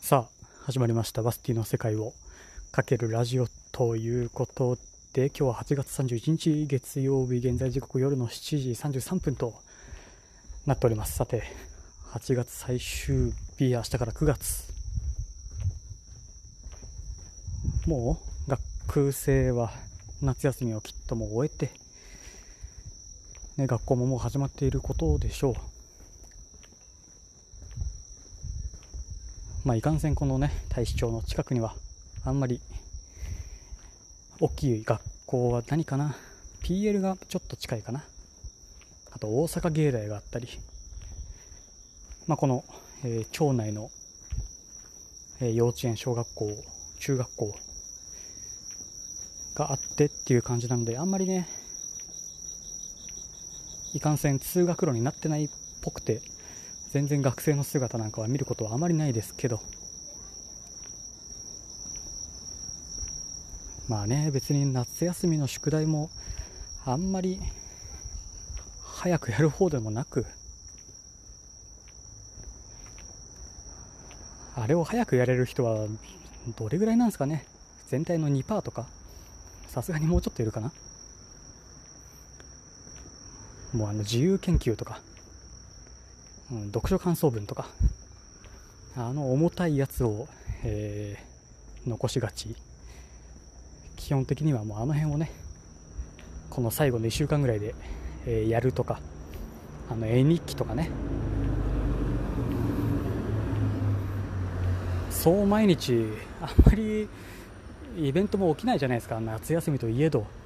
さあ始まりました。バスティの世界をかけるラジオということで、今日は8月31日月曜日、現在時刻夜の7時33分となっております。さて、8月最終日、明日から9月、もう学生は夏休みをきっともう終えて、学校ももう始まっていることでしょう。いかんせんこの太子町の近くにはあんまり大きい学校は何かな、 PL がちょっと近いかな、あと大阪芸大があったり、この、町内の、幼稚園、小学校、中学校があってっていう感じなので、あんまりいかんせん通学路になってないっぽくて、全然学生の姿なんかは見ることはあまりないですけど、別に夏休みの宿題もあんまり早くやる方でもなく、あれを早くやれる人はどれぐらいなんですかね。全体の 2% とか、さすがにもうちょっといるかな。もう自由研究とか、読書感想文とか、重たいやつを、残しがち。基本的にはもうあの辺をこの最後の1週間ぐらいで、やるとか、絵日記とかそう毎日あんまりイベントも起きないじゃないですか、夏休みといえど。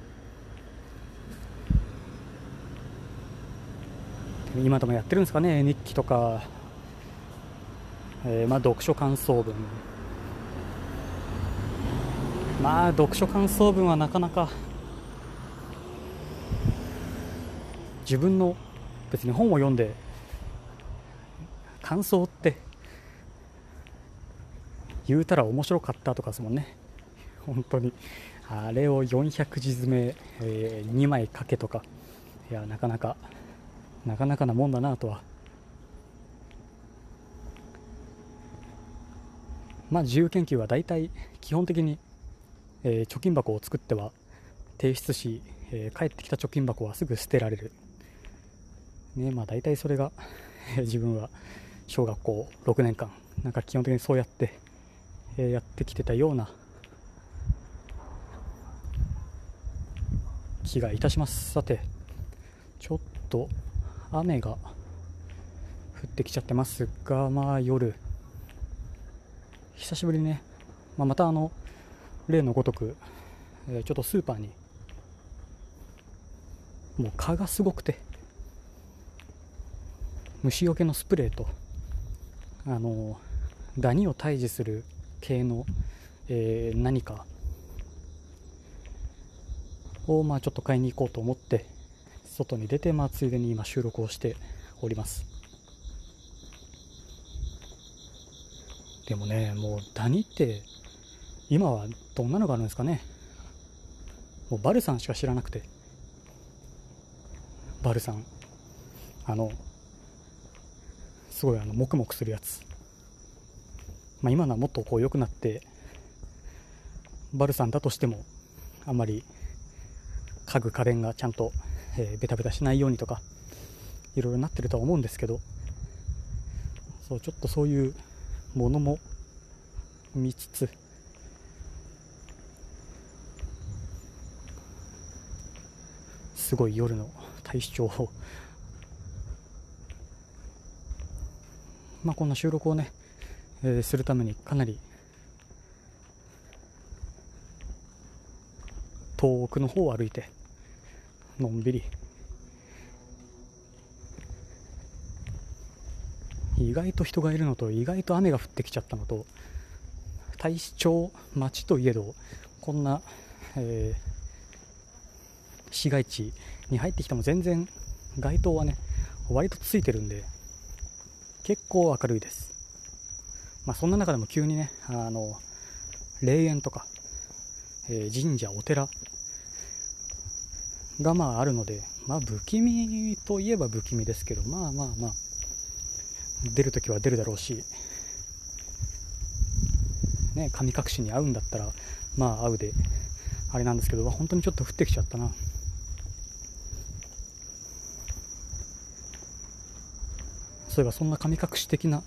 今でもやってるんですかね、絵日記とか、読書感想文。読書感想文はなかなか自分の、別に本を読んで感想って言うたら面白かったとかですもんね。本当にあれを400字詰め、2枚書けとか、いやなかなかなもんだなとは。自由研究はだいたい基本的に、貯金箱を作っては提出し、帰ってきた貯金箱はすぐ捨てられる、だいたいそれが自分は小学校6年間基本的にそうやって、やってきてたような気がいたします。さて、ちょっと雨が降ってきちゃってますが、夜久しぶりにまた例のごとく、ちょっとスーパーにもう蚊がすごくて、虫除けのスプレーとダニを退治する系の、何かをちょっと買いに行こうと思って外に出て、ついでに今収録をしております。でももうダニって今はどんなのがあるんですかね。もうバルサンしか知らなくて、バルサン、すごいもくもくするやつ、今のはもっと良くなってバルサンだとしても、あんまり家具家電がちゃんと、ベタベタしないようにとかいろいろなってるとは思うんですけど、ちょっとそういうものも見つつ、すごい夜の太子町を、こんな収録をするためにかなり遠くの方を歩いて、のんびり、意外と人がいるのと、意外と雨が降ってきちゃったのと、太子町町といえどこんな、市街地に入ってきても全然街灯は割とついてるんで結構明るいです。そんな中でも急に霊園とか、神社お寺があるので、不気味といえば不気味ですけど、出るときは出るだろうし、 ね、神隠しに合うんだったらまあ合うであれなんですけど、本当にちょっと降ってきちゃったな。そういえばそんな神隠し的な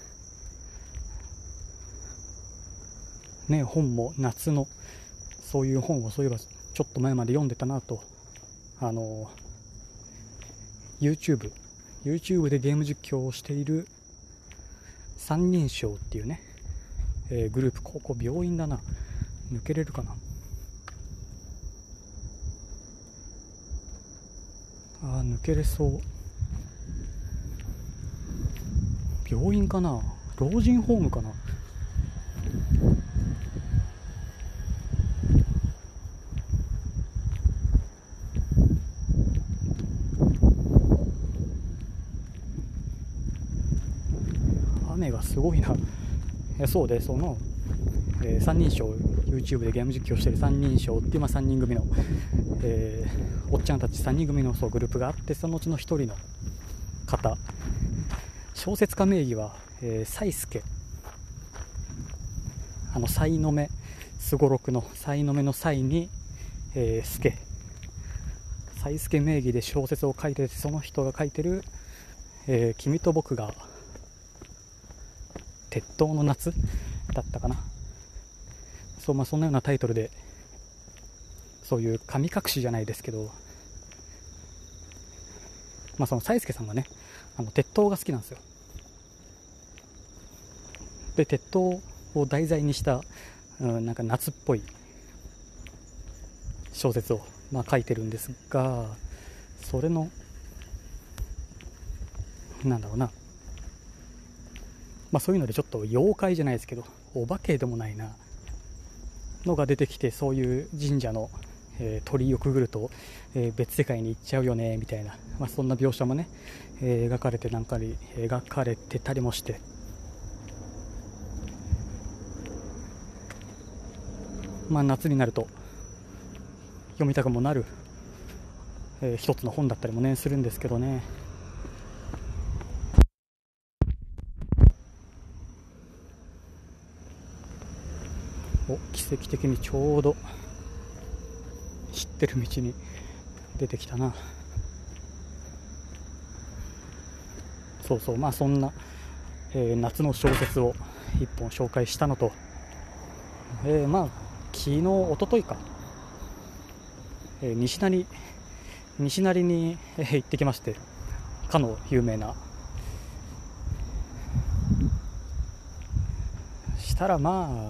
ね本も、夏のそういう本をそういえばちょっと前まで読んでたなと。YouTube でゲーム実況をしている三人称っていうね、グループ、ここ病院だな、抜けれるかな。抜けれそう。病院かな、老人ホームかな。雨がすごいな。そうで、その、三人称、 YouTube でゲーム実況している三人称っていう、3人組の、おっちゃんたち3人組のグループがあって、そのうちの1人の方、小説家名義はサイスケ、サイの目、すごろくのサイの目のサイに、スケ、サイスケ名義で小説を書いてて、その人が書いてる、君と僕が鉄塔の夏だったかな。そう、そんなようなタイトルで、そういう神隠しじゃないですけど、そのサイスケさんがね、鉄塔が好きなんですよ。で、鉄塔を題材にした、なんか夏っぽい小説を、書いてるんですが、それのなんだろうな、そういうのでちょっと妖怪じゃないですけど、お化けでもないなのが出てきて、そういう神社の、鳥居をくぐると、別世界に行っちゃうよねみたいな、そんな描写もね、描かれてたりもして、夏になると読みたくもなる、一つの本だったりもねするんですけどね。奇跡的にちょうど知ってる道に出てきたな。そうそう、そんな、夏の小説を一本紹介したのと、昨日一昨日か、西成に、行ってきまして、かの有名な、したら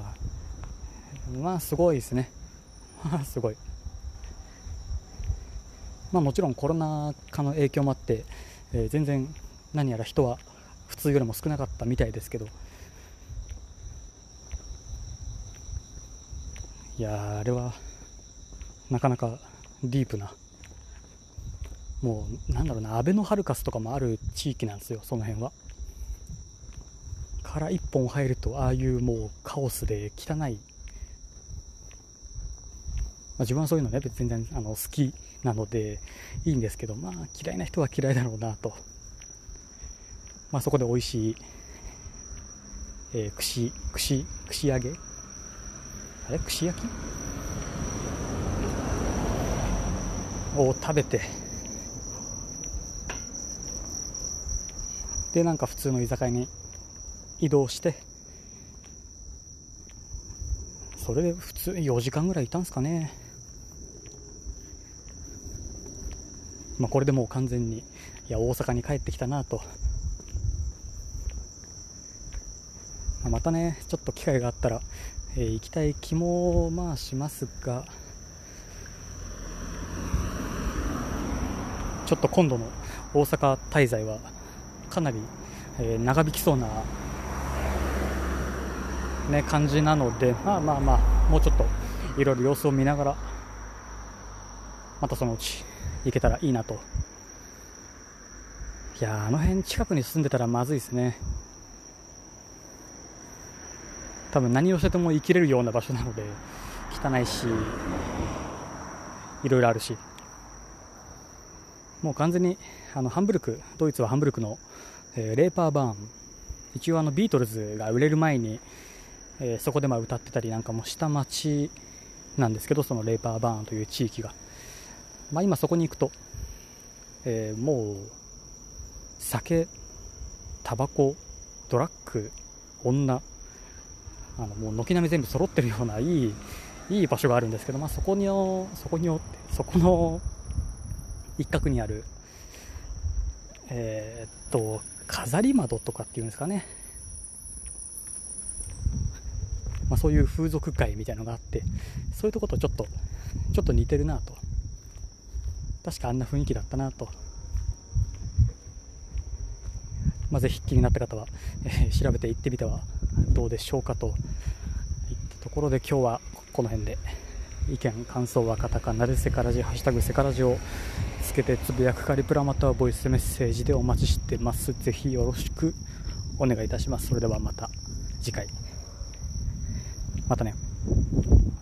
すごいですね。すごい。もちろんコロナ禍の影響もあって、全然何やら人は普通よりも少なかったみたいですけど、いやあれはなかなかディープな、もうなんだろうな、アベノハルカスとかもある地域なんですよ、その辺は。から一本入ると、ああいうもうカオスで汚い、自分はそういうのね、別に全然好きなのでいいんですけど、嫌いな人は嫌いだろうなと。そこで美味しい、串揚げ、串焼きを食べて、で普通の居酒屋に移動して、それで普通4時間ぐらいいたんですかね。これでもう完全に大阪に帰ってきたなと。またね、ちょっと機会があったら、行きたい気もしますが、ちょっと今度の大阪滞在はかなり、長引きそうな、感じなので、もうちょっといろいろ様子を見ながら、またそのうち行けたらいいなと。いや、あの辺近くに住んでたらまずいですね。多分何をしてても生きれるような場所なので、汚いしいろいろあるし、もう完全にハンブルク、ドイツはハンブルクの、レーパーバーン、一応ビートルズが売れる前に、 そこで歌ってたりなんかもした街なんですけど、そのレイパーバーンという地域が、今そこに行くと、もう酒、タバコ、ドラッグ、女、もう軒並み全部揃ってるようないい場所があるんですけど、そこの一角にある飾り窓とかっていうんですかね、そういう風俗街みたいなのがあって、そういうとことちょっと似てるなと、確かあんな雰囲気だったなと、ぜひ気になった方は、調べて行ってみてはどうでしょうかといったところで、今日はこの辺で。意見感想はカタカナでセカラジ、ハッシュタグセカラジをつけてつぶやくかリプラまたはボイスメッセージでお待ちしてます。ぜひよろしくお願いいたします。それではまた次回、またね。